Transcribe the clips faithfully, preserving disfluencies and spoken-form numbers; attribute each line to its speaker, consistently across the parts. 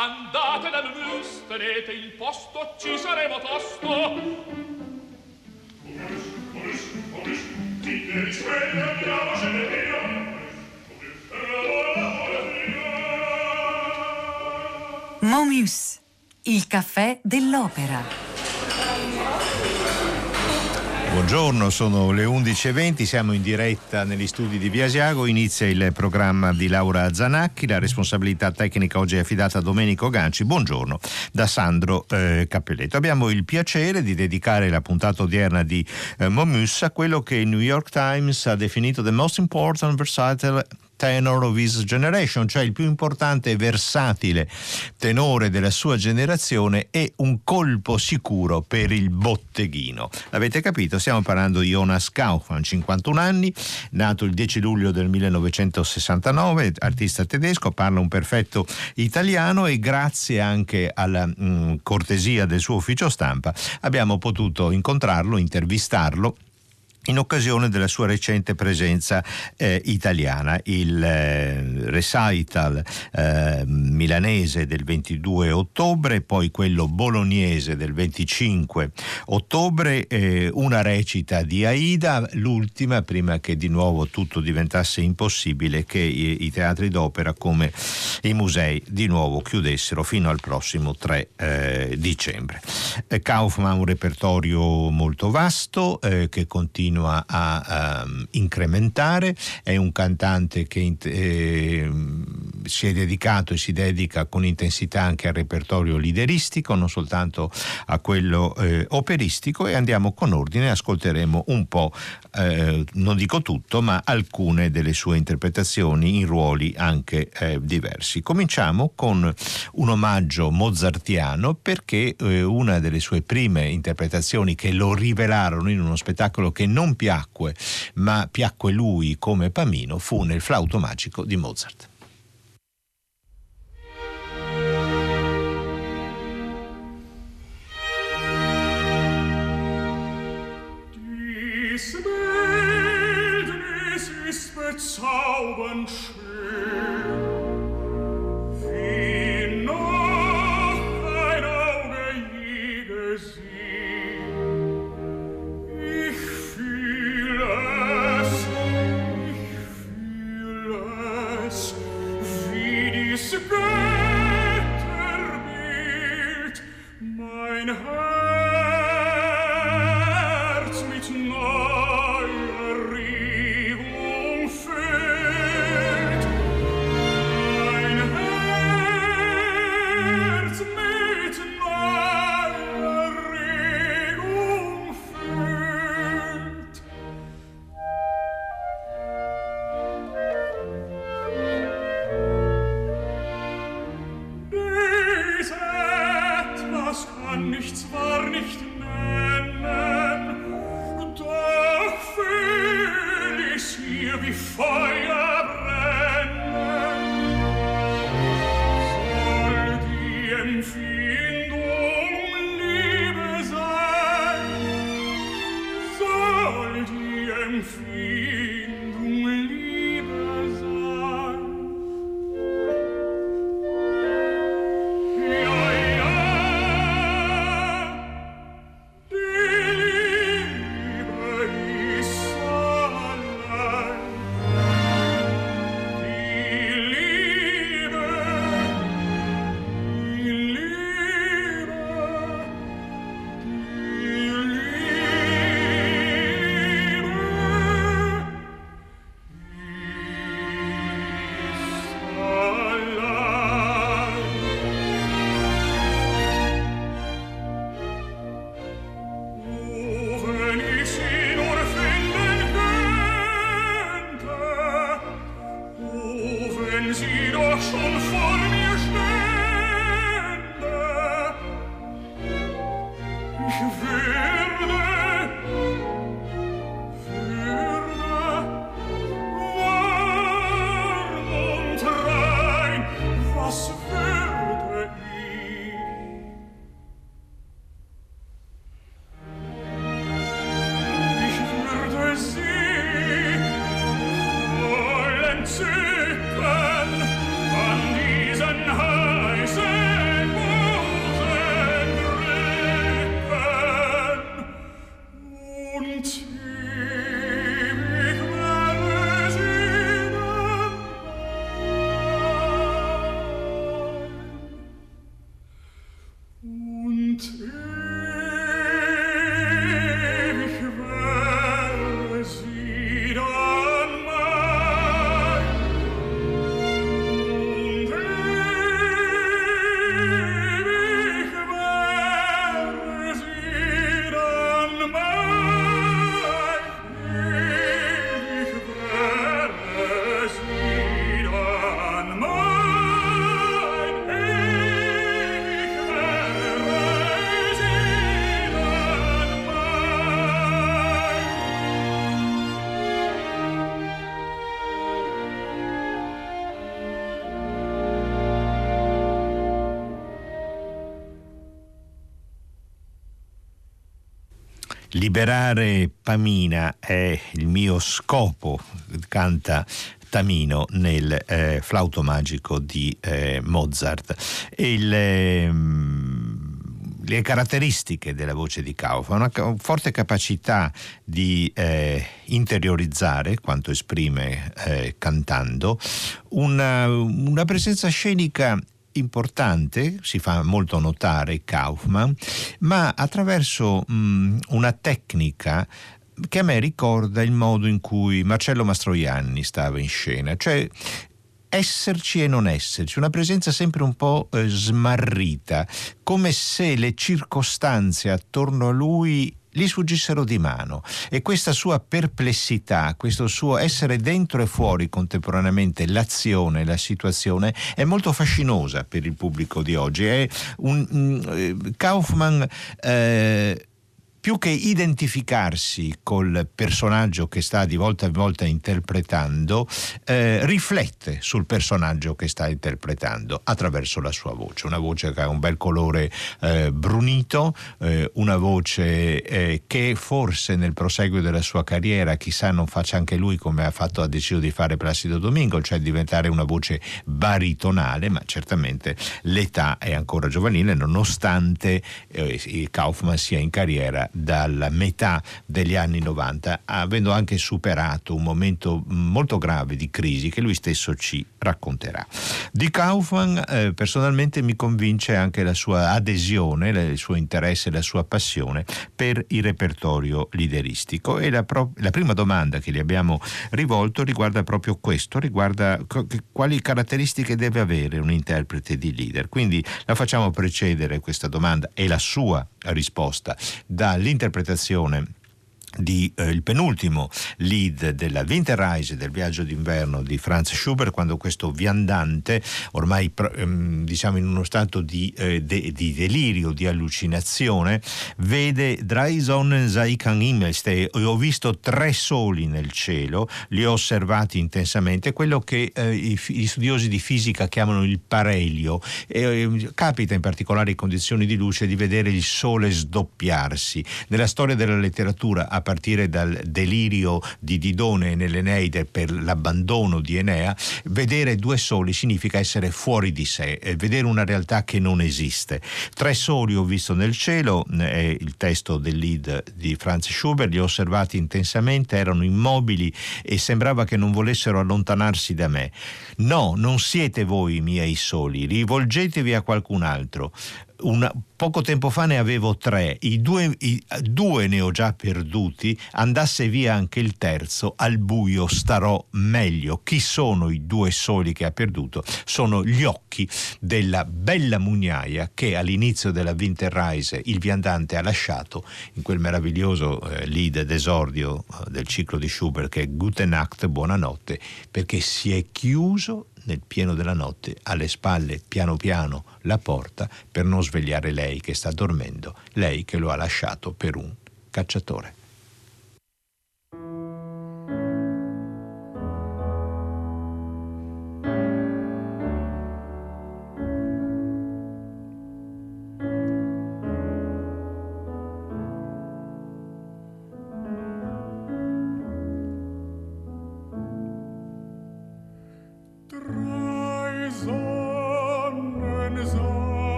Speaker 1: andate da Mus, tenete il posto, ci saremo tosto.
Speaker 2: Momus, il caffè dell'opera.
Speaker 3: Buongiorno, sono le undici e venti, siamo in diretta negli studi di Via Asiago, inizia il programma di Laura Zanacchi, la responsabilità tecnica oggi è affidata a Domenico Ganci. Buongiorno da Sandro eh, Cappelletto. Abbiamo il piacere di dedicare la puntata odierna di eh, Momus a quello che il New York Times ha definito the most important versatile tenor of his generation, cioè il più importante e versatile tenore della sua generazione e un colpo sicuro per il botteghino. L'avete capito? Stiamo parlando di Jonas Kaufmann, cinquantuno anni, nato il dieci luglio del millenovecentosessantanove, artista tedesco, parla un perfetto italiano e grazie anche alla mh, cortesia del suo ufficio stampa abbiamo potuto incontrarlo, intervistarlo in occasione della sua recente presenza eh, italiana, il eh, recital eh, milanese del ventidue ottobre, poi quello bolognese del venticinque ottobre, eh, una recita di Aida, l'ultima prima che di nuovo tutto diventasse impossibile, che i, i teatri d'opera come i musei di nuovo chiudessero fino al prossimo tre eh, dicembre. Eh, Kaufmann ha un repertorio molto vasto eh, che continua a um, incrementare, è un cantante che eh, si è dedicato e si dedica con intensità anche al repertorio lideristico, non soltanto a quello eh, operistico, e andiamo con ordine, ascolteremo un po', eh, non dico tutto, ma alcune delle sue interpretazioni in ruoli anche eh, diversi. Cominciamo con un omaggio mozartiano perché eh, una delle sue prime interpretazioni che lo rivelarono in uno spettacolo che non non piacque, ma piacque lui come Pamino, fu nel Flauto Magico di Mozart.
Speaker 1: Dies Bildnis ist bezaubernd schön, wie noch ein Auge je gesehen. Götterbild, mein Herz mit neuer Regung füllt, mein Herz mit neuer Regung füllt. Das kann mich zwar nicht nennen, doch fühl ich's hier wie Feuer brennen. Soll die Empfindung Liebe sein, soll die Empfindung Liebe sein. Ja, ja,
Speaker 3: Liberare Pamina è il mio scopo, canta Tamino nel eh, Flauto magico di eh, Mozart. Il, eh, le caratteristiche della voce di Kaufmann, una forte capacità di eh, interiorizzare quanto esprime eh, cantando, una, una presenza scenica importante, si fa molto notare Kaufmann, ma attraverso mh, una tecnica che a me ricorda il modo in cui Marcello Mastroianni stava in scena, cioè esserci e non esserci, una presenza sempre un po' eh, smarrita, come se le circostanze attorno a lui gli sfuggissero di mano, e questa sua perplessità, questo suo essere dentro e fuori contemporaneamente l'azione, la situazione, è molto fascinosa per il pubblico di oggi. È un, un Kaufmann eh, più che identificarsi col personaggio che sta di volta in volta interpretando, eh, riflette sul personaggio che sta interpretando attraverso la sua voce. Una voce che ha un bel colore eh, brunito, eh, una voce eh, che forse nel proseguo della sua carriera, chissà non faccia anche lui come ha fatto, ha deciso di fare Placido Domingo, cioè diventare una voce baritonale, ma certamente l'età è ancora giovanile, nonostante eh, Kaufmann sia in carriera dalla metà degli anni novanta, avendo anche superato un momento molto grave di crisi che lui stesso ci racconterà. Di Kaufmann eh, personalmente mi convince anche la sua adesione, il suo interesse, la sua passione per il repertorio lideristico, e la, pro- la prima domanda che gli abbiamo rivolto riguarda proprio questo, riguarda co- quali caratteristiche deve avere un interprete di leader. Quindi la facciamo precedere questa domanda e la sua risposta dall'interpretazione di eh, il penultimo lead della Winterreise, del viaggio d'inverno di Franz Schubert, quando questo viandante, ormai ehm, diciamo in uno stato di, eh, de, di delirio, di allucinazione, vede Drei Sonnen sei kein Himmel, ho visto tre soli nel cielo, li ho osservati intensamente, quello che eh, i, gli studiosi di fisica chiamano il parelio. Eh, capita in particolari condizioni di luce di vedere il sole sdoppiarsi. Nella storia della letteratura, a partire dal delirio di Didone nell'Eneide per l'abbandono di Enea, vedere due soli significa essere fuori di sé, vedere una realtà che non esiste. Tre soli ho visto nel cielo, è il testo del lead di Franz Schubert, li ho osservati intensamente, erano immobili e sembrava che non volessero allontanarsi da me. No, non siete voi i miei soli, rivolgetevi a qualcun altro. Una, poco tempo fa ne avevo tre, i due, i due ne ho già perduti, andasse via anche il terzo, al buio starò meglio. Chi sono i due soli che ha perduto? Sono gli occhi della bella mugnaia che all'inizio della Winterreise il viandante ha lasciato in quel meraviglioso eh, lead d'esordio eh, del ciclo di Schubert, che è Gute Nacht, buonanotte, perché si è chiuso nel pieno della notte, alle spalle piano piano la porta, per non svegliare lei che sta dormendo, lei che lo ha lasciato per un cacciatore.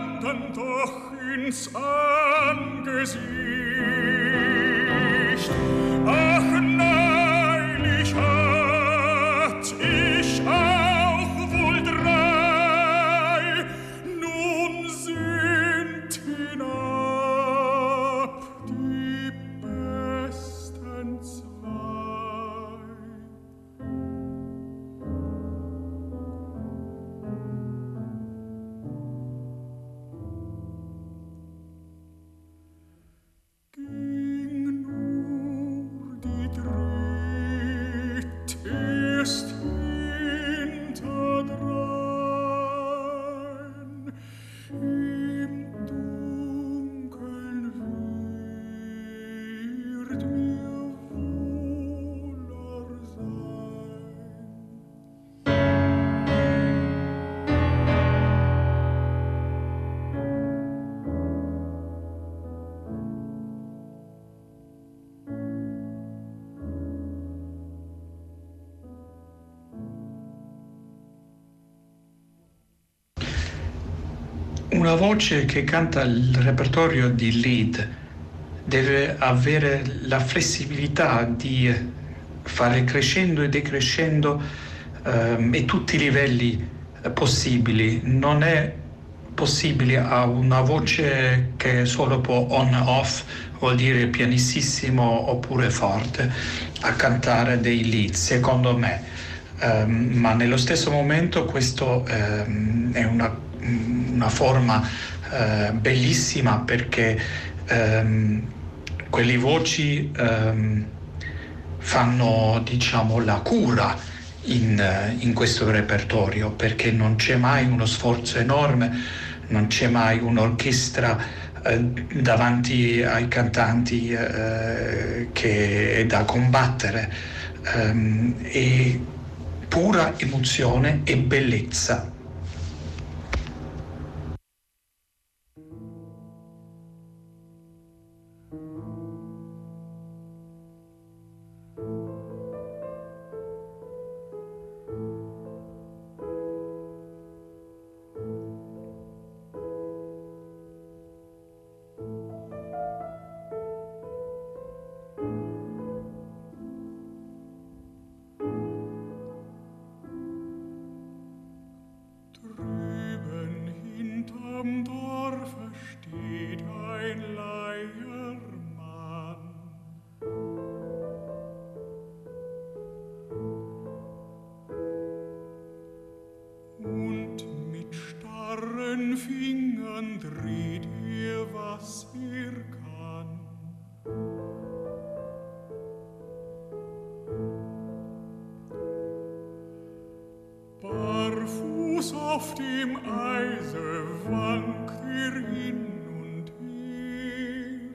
Speaker 1: Angesicht
Speaker 4: una voce che canta il repertorio di lead deve avere la flessibilità di fare crescendo e decrescendo ehm, e tutti i livelli eh, possibili. Non è possibile a una voce che solo può on-off, vuol dire pianissimo oppure forte, a cantare dei lead, secondo me. Um, ma nello stesso momento questo um, è una, una forma uh, bellissima, perché um, quelle voci um, fanno, diciamo, la cura in, uh, in questo repertorio, perché non c'è mai uno sforzo enorme, non c'è mai un'orchestra uh, davanti ai cantanti uh, che è da combattere, um, e pura emozione e bellezza.
Speaker 1: Auf dem Eise wankt er hin und her.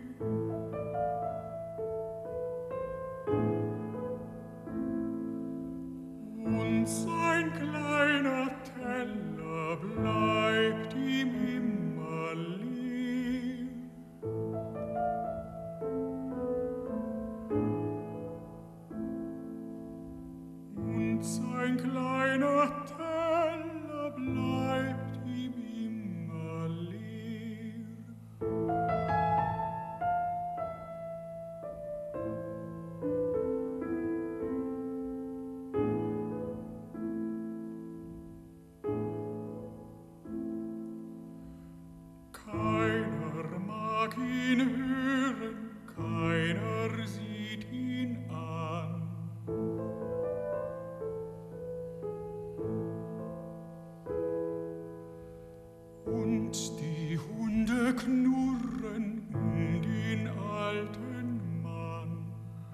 Speaker 1: Und sein kleiner Teller bleibt ihm immer leer. Und sein kleiner Teller bleibt ihm immer leer. Keiner mag ihn hören, keiner sieht ihn an. Und die Hunde knurren um den alten Mann.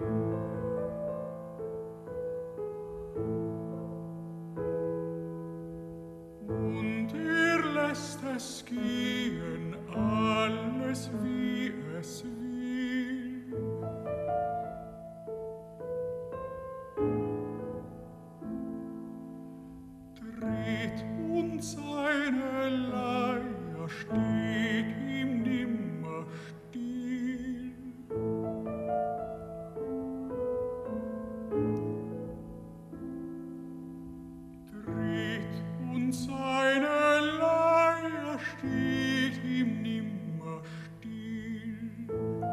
Speaker 1: Und er lässt es gehen, alles wie es will. Dreht uns seine Leier, steht ihm nimmer still. Dreht uns seine Leier, steht ihm nimmer still.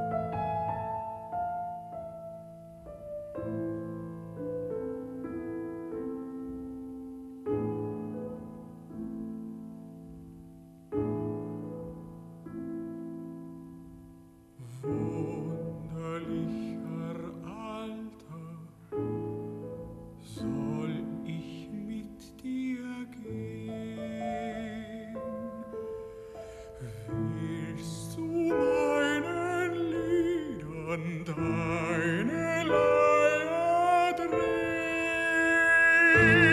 Speaker 1: Wunderlicher Alter, soll ich mit dir gehen? Willst du meinen Liedern deine Leier drehen?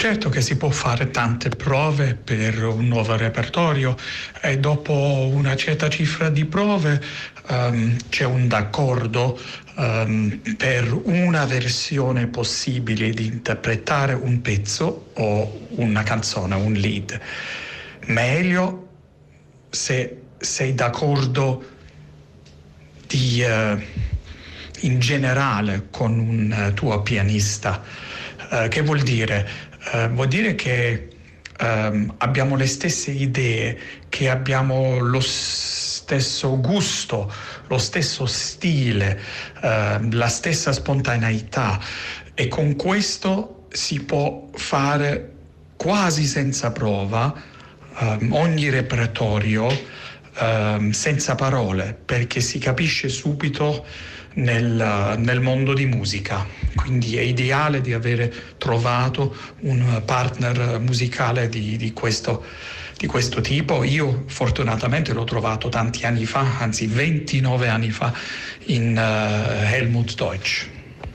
Speaker 4: Certo che si può fare tante prove per un nuovo repertorio e dopo una certa cifra di prove um, c'è un d'accordo um, per una versione possibile di interpretare un pezzo o una canzone, un lead. Meglio se sei d'accordo di, uh, in generale con un uh, tuo pianista. Uh, che vuol dire? Uh, vuol dire che um, abbiamo le stesse idee, che abbiamo lo stesso gusto, lo stesso stile, uh, la stessa spontaneità, e con questo si può fare quasi senza prova um, ogni repertorio um, senza parole, perché si capisce subito nel, nel mondo di musica. Quindi è ideale di avere trovato un partner musicale di, di, questo, di questo tipo. Io fortunatamente l'ho trovato tanti anni fa, anzi ventinove anni fa, in uh, Helmut Deutsch.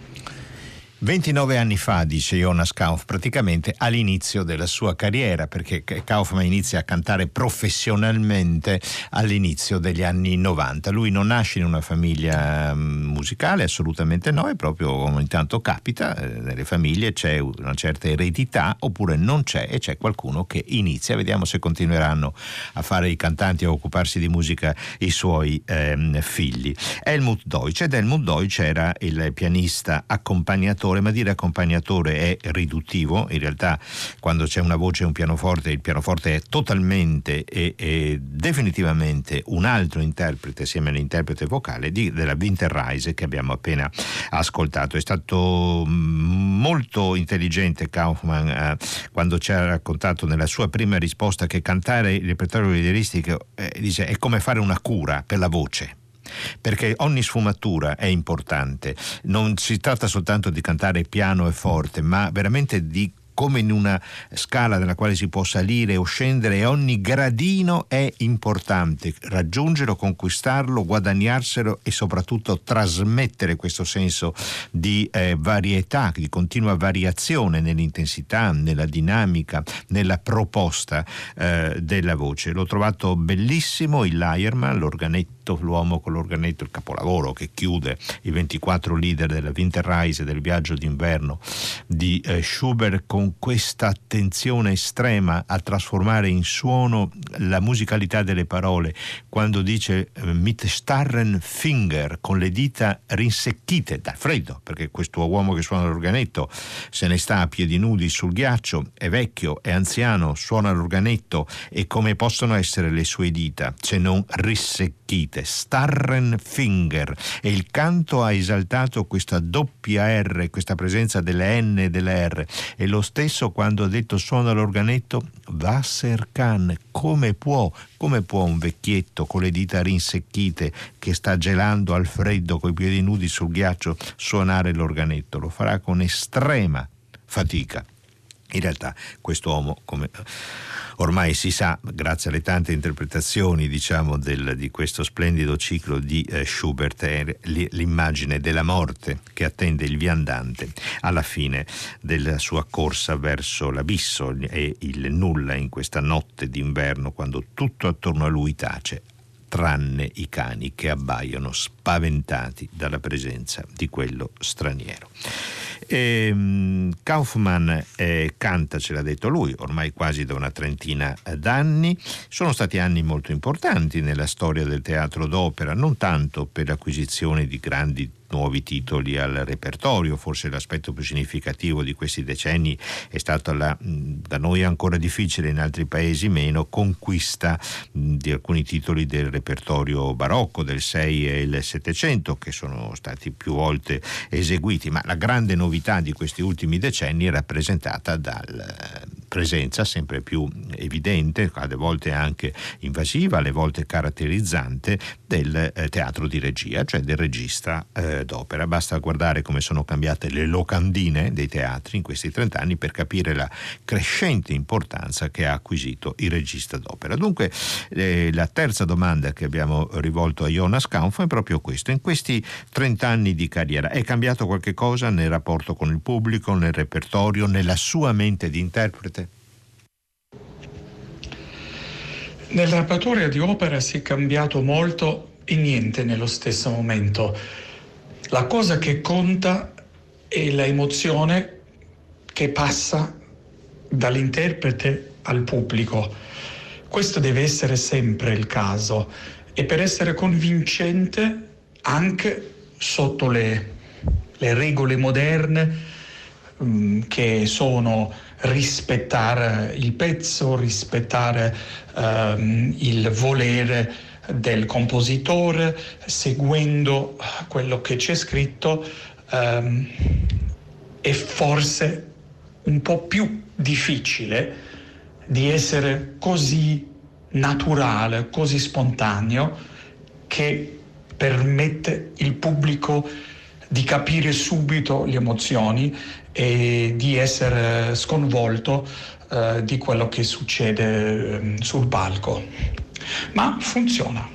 Speaker 3: ventinove anni fa, dice Jonas Kauf, praticamente all'inizio della sua carriera, perché Kaufman inizia a cantare professionalmente all'inizio degli anni novanta. Lui non nasce in una famiglia musicale, assolutamente no, è proprio ogni tanto capita, eh, nelle famiglie c'è una certa eredità, oppure non c'è e c'è qualcuno che inizia. Vediamo se continueranno a fare i cantanti, a occuparsi di musica i suoi ehm, figli. Helmut Deutsch, ed Helmut Deutsch era il pianista accompagnatore, ma dire accompagnatore è riduttivo. In realtà quando c'è una voce e un pianoforte, il pianoforte è totalmente e, e definitivamente un altro interprete assieme all'interprete vocale di, della Winterreise che abbiamo appena ascoltato. È stato molto intelligente Kaufman eh, quando ci ha raccontato nella sua prima risposta che cantare il repertorio lieristico eh, dice, è come fare una cura per la voce, perché ogni sfumatura è importante. Non si tratta soltanto di cantare piano e forte, ma veramente di come in una scala nella quale si può salire o scendere, e ogni gradino è importante. Raggiungerlo, conquistarlo, guadagnarselo e soprattutto trasmettere questo senso di eh, varietà, di continua variazione nell'intensità, nella dinamica, nella proposta eh, della voce. L'ho trovato bellissimo il Leiermann, l'organetto, l'uomo con l'organetto, il capolavoro che chiude i ventiquattro leader della Winterreise, del viaggio d'inverno di eh, Schubert, con questa attenzione estrema a trasformare in suono la musicalità delle parole, quando dice eh, mit starren Finger, con le dita rinsecchite dal freddo, perché questo uomo che suona l'organetto se ne sta a piedi nudi sul ghiaccio, è vecchio, è anziano, suona l'organetto, e come possono essere le sue dita se non rinsecchite? Starren Finger. E il canto ha esaltato questa doppia R, questa presenza delle N e delle R, e lo stesso quando ha detto suona l'organetto, Wasser kann, come può, come può un vecchietto con le dita rinsecchite che sta gelando al freddo coi piedi nudi sul ghiaccio suonare l'organetto? Lo farà con estrema fatica. In realtà quest'uomo, come ormai si sa, grazie alle tante interpretazioni, diciamo, del, di questo splendido ciclo di eh, Schubert, è l'immagine della morte che attende il viandante alla fine della sua corsa verso l'abisso e il nulla in questa notte d'inverno, quando tutto attorno a lui tace, tranne i cani che abbaiano spaventati dalla presenza di quello straniero. E, um, Kaufman eh, canta, ce l'ha detto lui, ormai quasi da una trentina d'anni. Sono stati anni molto importanti nella storia del teatro d'opera, non tanto per l'acquisizione di grandi nuovi titoli al repertorio. Forse l'aspetto più significativo di questi decenni è stata la, da noi ancora difficile, in altri paesi meno, conquista di alcuni titoli del repertorio barocco del sei e il settecento, che sono stati più volte eseguiti, ma la grande novità di questi ultimi decenni è rappresentata dal presenza sempre più evidente, alle volte anche invasiva, alle volte caratterizzante del eh, teatro di regia, cioè del regista eh, d'opera. Basta guardare come sono cambiate le locandine dei teatri in questi trent'anni per capire la crescente importanza che ha acquisito il regista d'opera. Dunque eh, la terza domanda che abbiamo rivolto a Jonas Kampf è proprio questo: in questi trent'anni di carriera è cambiato qualche cosa nel rapporto con il pubblico, nel repertorio, nella sua mente di interprete?
Speaker 4: Nel repertorio di opera si è cambiato molto e niente nello stesso momento. La cosa che conta è l'emozione che passa dall'interprete al pubblico. Questo deve essere sempre il caso, e per essere convincente anche sotto le, le regole moderne mh, che sono rispettare il pezzo, rispettare um, il volere del compositore, seguendo quello che c'è scritto, um, è forse un po' più difficile di essere così naturale, così spontaneo, che permette il pubblico di capire subito le emozioni e di essere sconvolto eh, di quello che succede eh, sul palco. Ma funziona.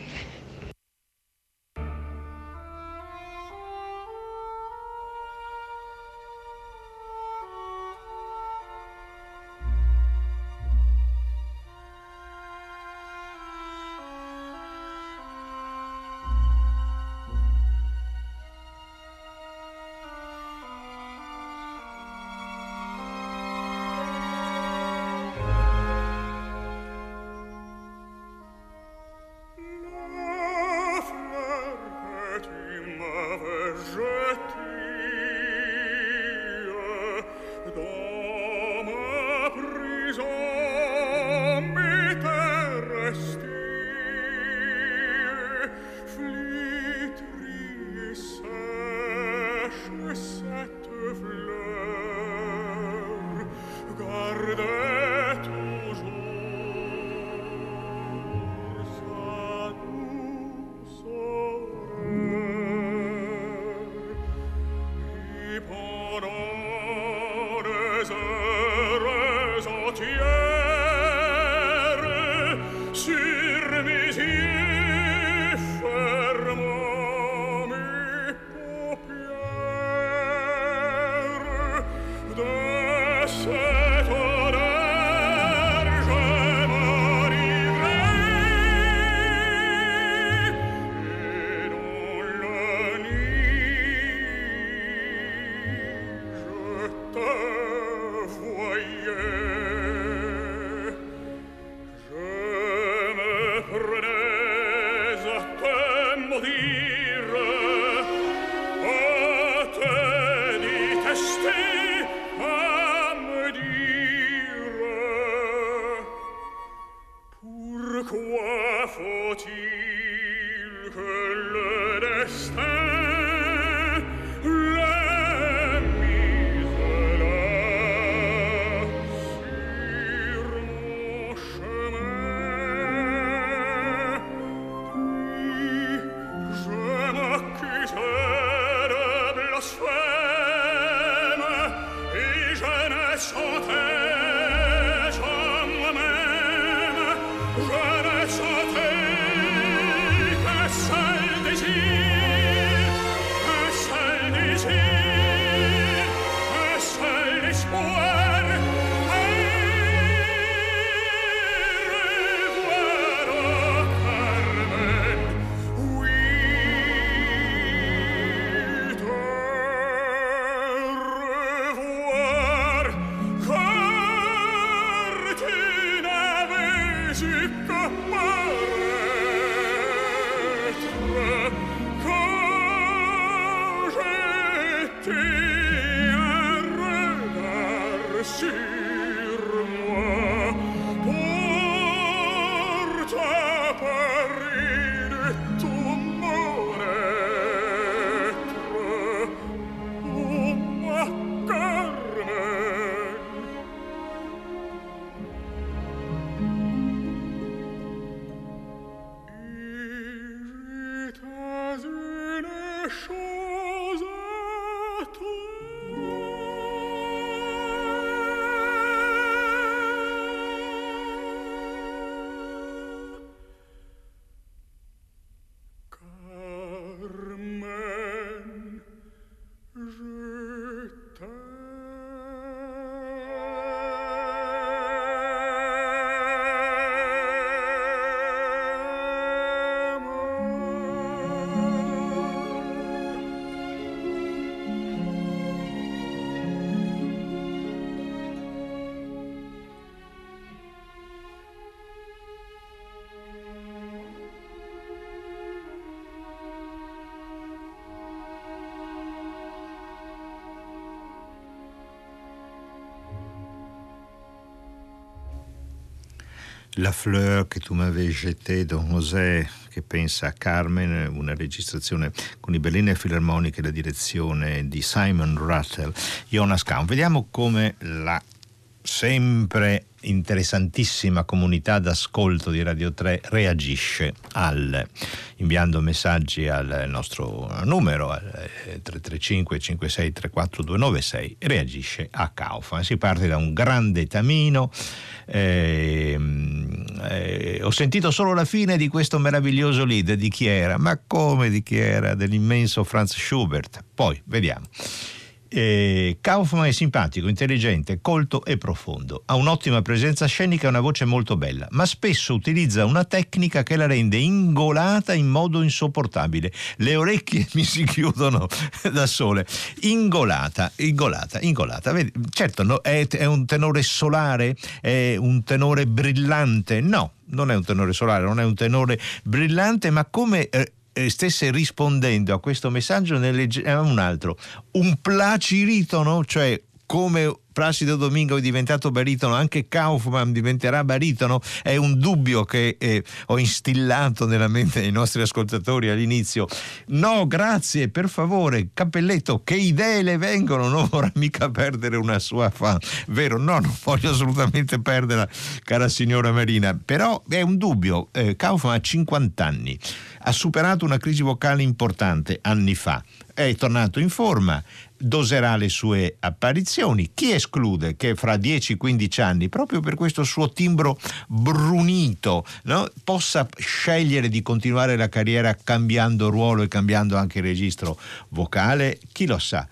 Speaker 3: La fleur che tu m'avais jetée Don José, che pensa a Carmen, una registrazione con i Berliner Philharmonic e la direzione di Simon Rattle. Jonas Kampf. Vediamo come la sempre interessantissima comunità d'ascolto di Radio tre reagisce al, inviando messaggi al nostro numero al tre tre cinque cinque sei tre quattro due nove sei, reagisce a Kaufman. Si parte da un grande Tamino. Eh, eh, ho sentito solo la fine di questo meraviglioso lead. Di chi era? Ma come di chi era? Dell'immenso Franz Schubert. Poi vediamo. Eh, Kaufman è simpatico, intelligente, colto e profondo. Ha un'ottima presenza scenica e una voce molto bella, ma spesso utilizza una tecnica che la rende ingolata in modo insopportabile. Le orecchie mi si chiudono da sole. Ingolata, ingolata, ingolata. Vedi, certo, no, è, è un tenore solare, è un tenore brillante. No, non è un tenore solare, non è un tenore brillante, ma come... Eh, stesse rispondendo a questo messaggio, ne leggiamo un altro, un placiritono, cioè come Placido Domingo è diventato baritono, anche Kaufman diventerà baritono. È un dubbio che eh, ho instillato nella mente dei nostri ascoltatori all'inizio. No, grazie, per favore, Cappelletto, che idee le vengono, non vorrà mica perdere una sua fan, vero? No, non voglio assolutamente perderla, cara signora Marina, però è un dubbio. eh, Kaufman ha cinquanta anni, ha superato una crisi vocale importante anni fa, è tornato in forma, doserà le sue apparizioni. Chi esclude che fra dieci quindici anni, proprio per questo suo timbro brunito, no, possa scegliere di continuare la carriera cambiando ruolo e cambiando anche il registro vocale? Chi lo sa.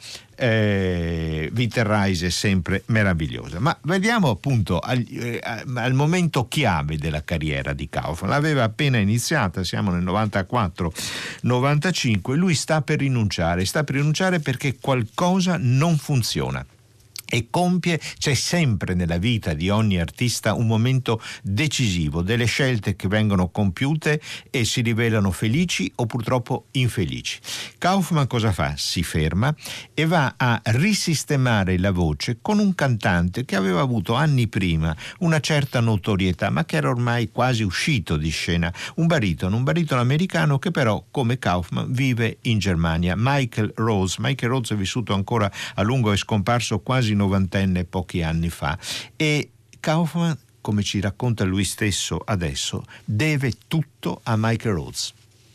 Speaker 3: Eh, Winterreise è sempre meravigliosa, ma vediamo appunto al, eh, al momento chiave della carriera di Kaufman. L'aveva appena iniziata, siamo nel novantaquattro novantacinque. Lui sta per rinunciare, sta per rinunciare perché qualcosa non funziona. E compie, c'è sempre nella vita di ogni artista un momento decisivo, delle scelte che vengono compiute e si rivelano felici o purtroppo infelici. Kaufman cosa fa? Si ferma e va a risistemare la voce con un cantante che aveva avuto anni prima una certa notorietà, ma che era ormai quasi uscito di scena, un baritono, un baritono americano che però, come Kaufman, vive in Germania, Michael Rhodes. Michael Rhodes è vissuto ancora a lungo, è scomparso quasi novantenne pochi anni fa, e Kaufman, come ci racconta lui stesso adesso, deve tutto a Michael Rhodes.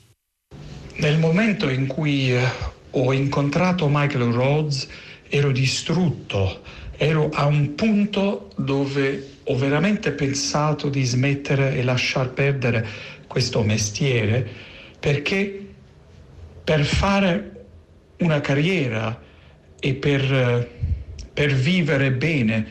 Speaker 4: Nel momento in cui eh, ho incontrato Michael Rhodes ero distrutto, ero a un punto dove ho veramente pensato di smettere e lasciar perdere questo mestiere, perché per fare una carriera e per per vivere bene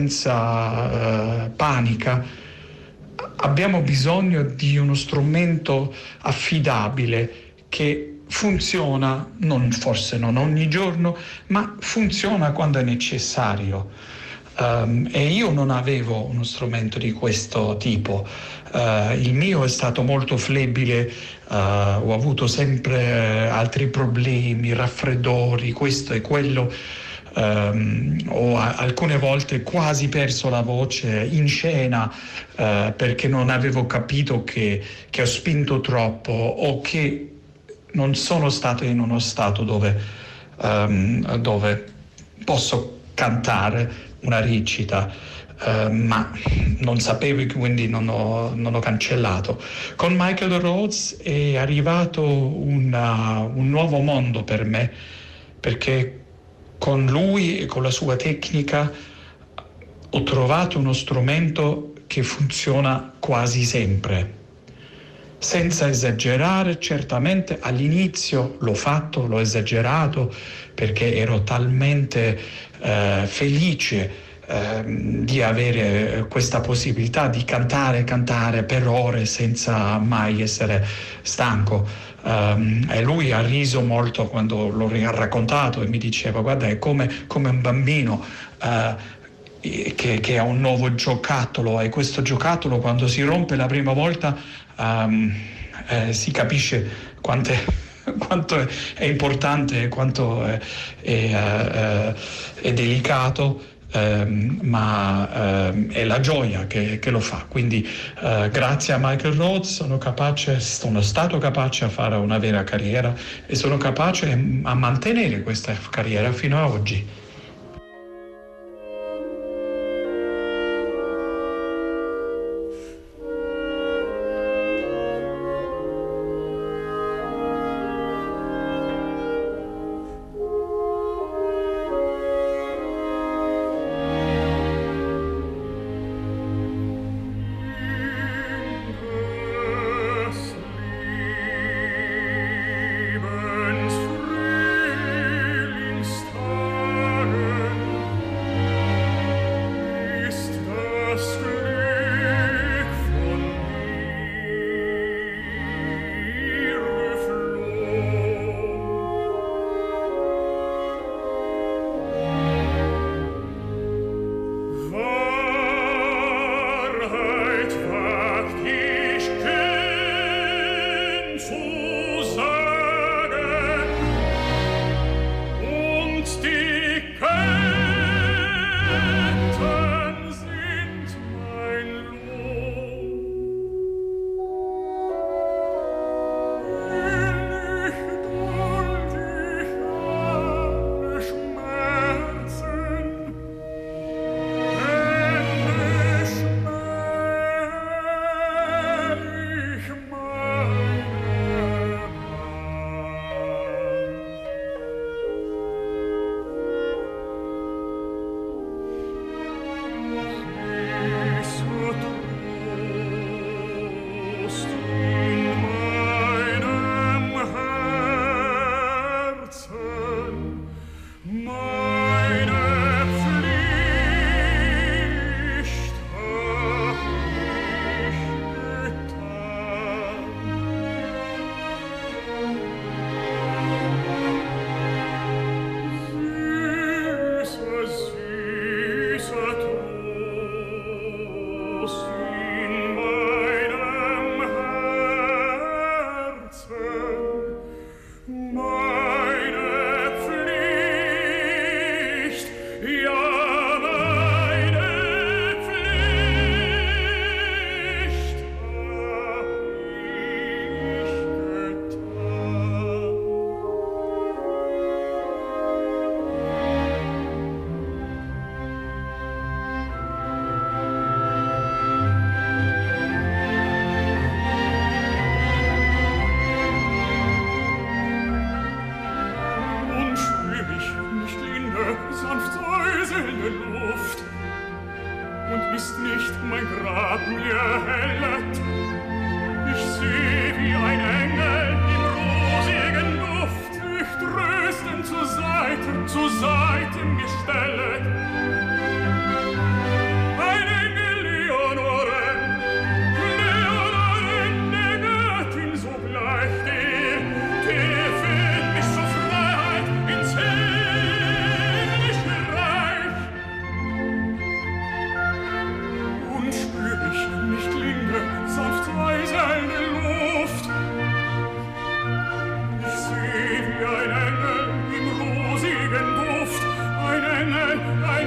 Speaker 4: senza uh, panica abbiamo bisogno di uno strumento affidabile che funziona, non forse non ogni giorno, ma funziona quando è necessario. Um, e io non avevo uno strumento di questo tipo. Uh, il mio è stato molto flebile, uh, ho avuto sempre altri problemi, raffreddori, questo e quello. Um, ho a- alcune volte quasi perso la voce in scena uh, perché non avevo capito che, che ho spinto troppo o che non sono stato in uno stato dove, um, dove posso cantare una recita, uh, ma non sapevo e quindi non ho, non ho cancellato. Con Michael Rhodes è arrivato una, un nuovo mondo per me, perché con lui e con la sua tecnica ho trovato uno strumento che funziona quasi sempre. Senza esagerare, certamente all'inizio l'ho fatto, l'ho esagerato perché ero talmente eh, felice eh, di avere questa possibilità di cantare, cantare per ore senza mai essere stanco. Um, e lui ha riso molto quando l'ho raccontato e mi diceva: guarda, è come, come un bambino uh, che, che ha un nuovo giocattolo, e questo giocattolo quando si rompe la prima volta um, eh, si capisce quanto è, quanto è, è importante e quanto è, è, uh, è delicato ehm, ma ehm, è la gioia che, che lo fa. Quindi eh, grazie a Michael Rhodes sono capace, sono stato capace a fare una vera carriera e sono capace a mantenere questa carriera fino a oggi.
Speaker 1: Ein Engel im rosigen Duft, ein Engel, ein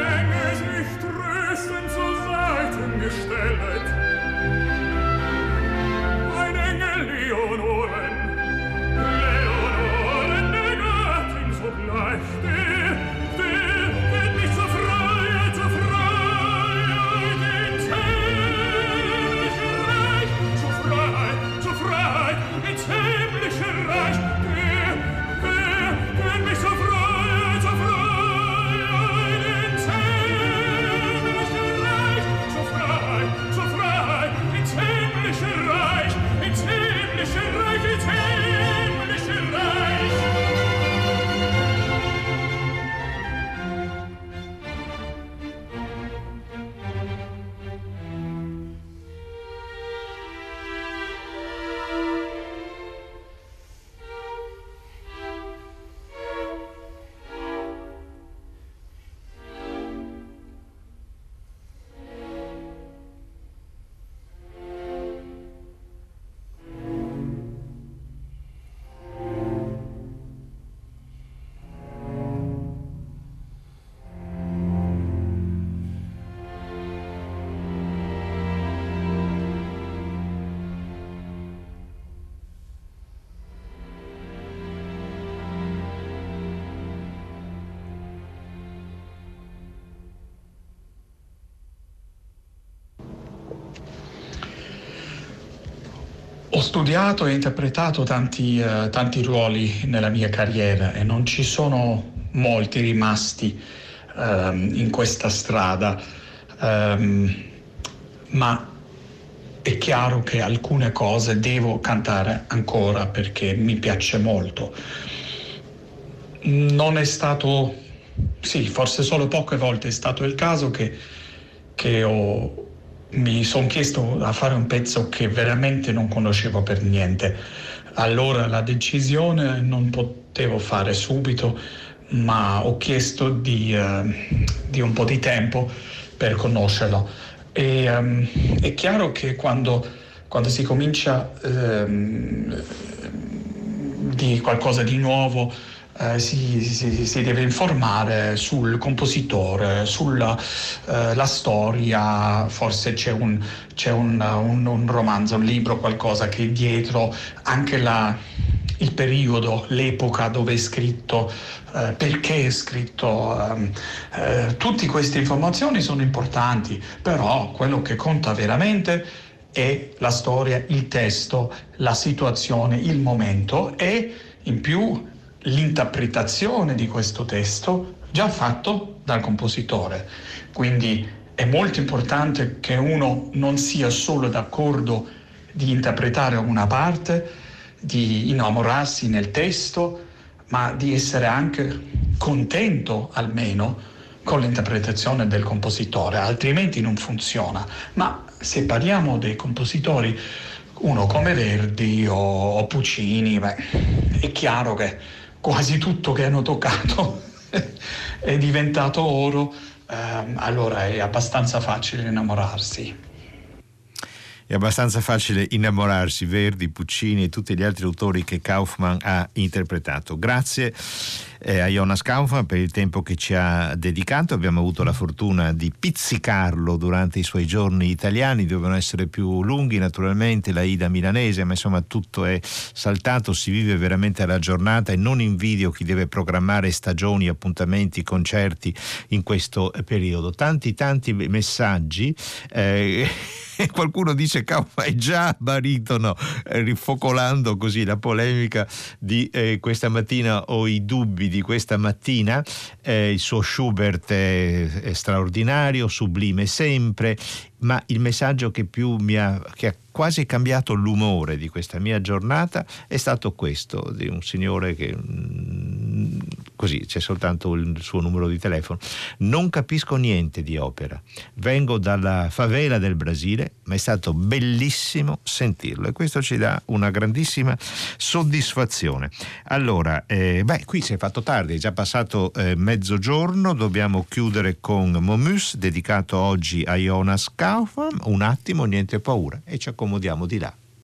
Speaker 4: Ho studiato e interpretato tanti, uh, tanti ruoli nella mia carriera e non ci sono molti rimasti um, in questa strada, um, ma è chiaro che alcune cose devo cantare ancora perché mi piace molto. Non è stato, sì, forse solo poche volte è stato il caso che, che ho mi sono chiesto a fare un pezzo che veramente non conoscevo per niente. Allora la decisione non potevo fare subito, ma ho chiesto di, uh, di un po' di tempo per conoscerlo. E um, è chiaro che quando, quando si comincia um, di qualcosa di nuovo, Uh, si, si, si deve informare sul compositore, sulla uh, la storia, forse c'è, un, c'è un, un, un romanzo, un libro, qualcosa che è dietro, anche la, il periodo, l'epoca dove è scritto, uh, perché è scritto. Um, uh, tutte queste informazioni sono importanti, però quello che conta veramente è la storia, il testo, la situazione, il momento e in più l'interpretazione di questo testo già fatto dal compositore. Quindi è molto importante che uno non sia solo d'accordo di interpretare una parte, di innamorarsi nel testo, ma di essere anche contento almeno con l'interpretazione del compositore, altrimenti non funziona. Ma se parliamo dei compositori, uno come Verdi o, o Puccini, beh, è chiaro che quasi tutto che hanno toccato è diventato oro, ehm, allora è abbastanza facile innamorarsi.
Speaker 3: È abbastanza facile innamorarsi, Verdi, Puccini e tutti gli altri autori che Kaufman ha interpretato. Grazie eh, a Jonas Kaufman per il tempo che ci ha dedicato. Abbiamo avuto la fortuna di pizzicarlo durante i suoi giorni italiani, dovevano essere più lunghi naturalmente, la Ida milanese, ma insomma tutto è saltato, si vive veramente la giornata e non invidio chi deve programmare stagioni, appuntamenti, concerti in questo periodo. Tanti tanti messaggi. Eh, Qualcuno dice Kaufman è già baritono, eh, rifocolando così la polemica di eh, questa mattina o i dubbi di questa mattina. Eh, il suo Schubert è, è straordinario, sublime sempre, ma il messaggio che più mi ha, che ha quasi cambiato l'umore di questa mia giornata è stato questo, di un signore che mh, così c'è soltanto il suo numero di telefono: non capisco niente di opera, vengo dalla favela del Brasile, ma è stato bellissimo sentirlo e questo ci dà una grandissima soddisfazione. Allora, eh, beh, qui si è fatto tardi, è già passato eh, mezzogiorno, dobbiamo chiudere con Momus, dedicato oggi a Jonas Kaufman. Un attimo, niente paura, e ci accomodiamo di là.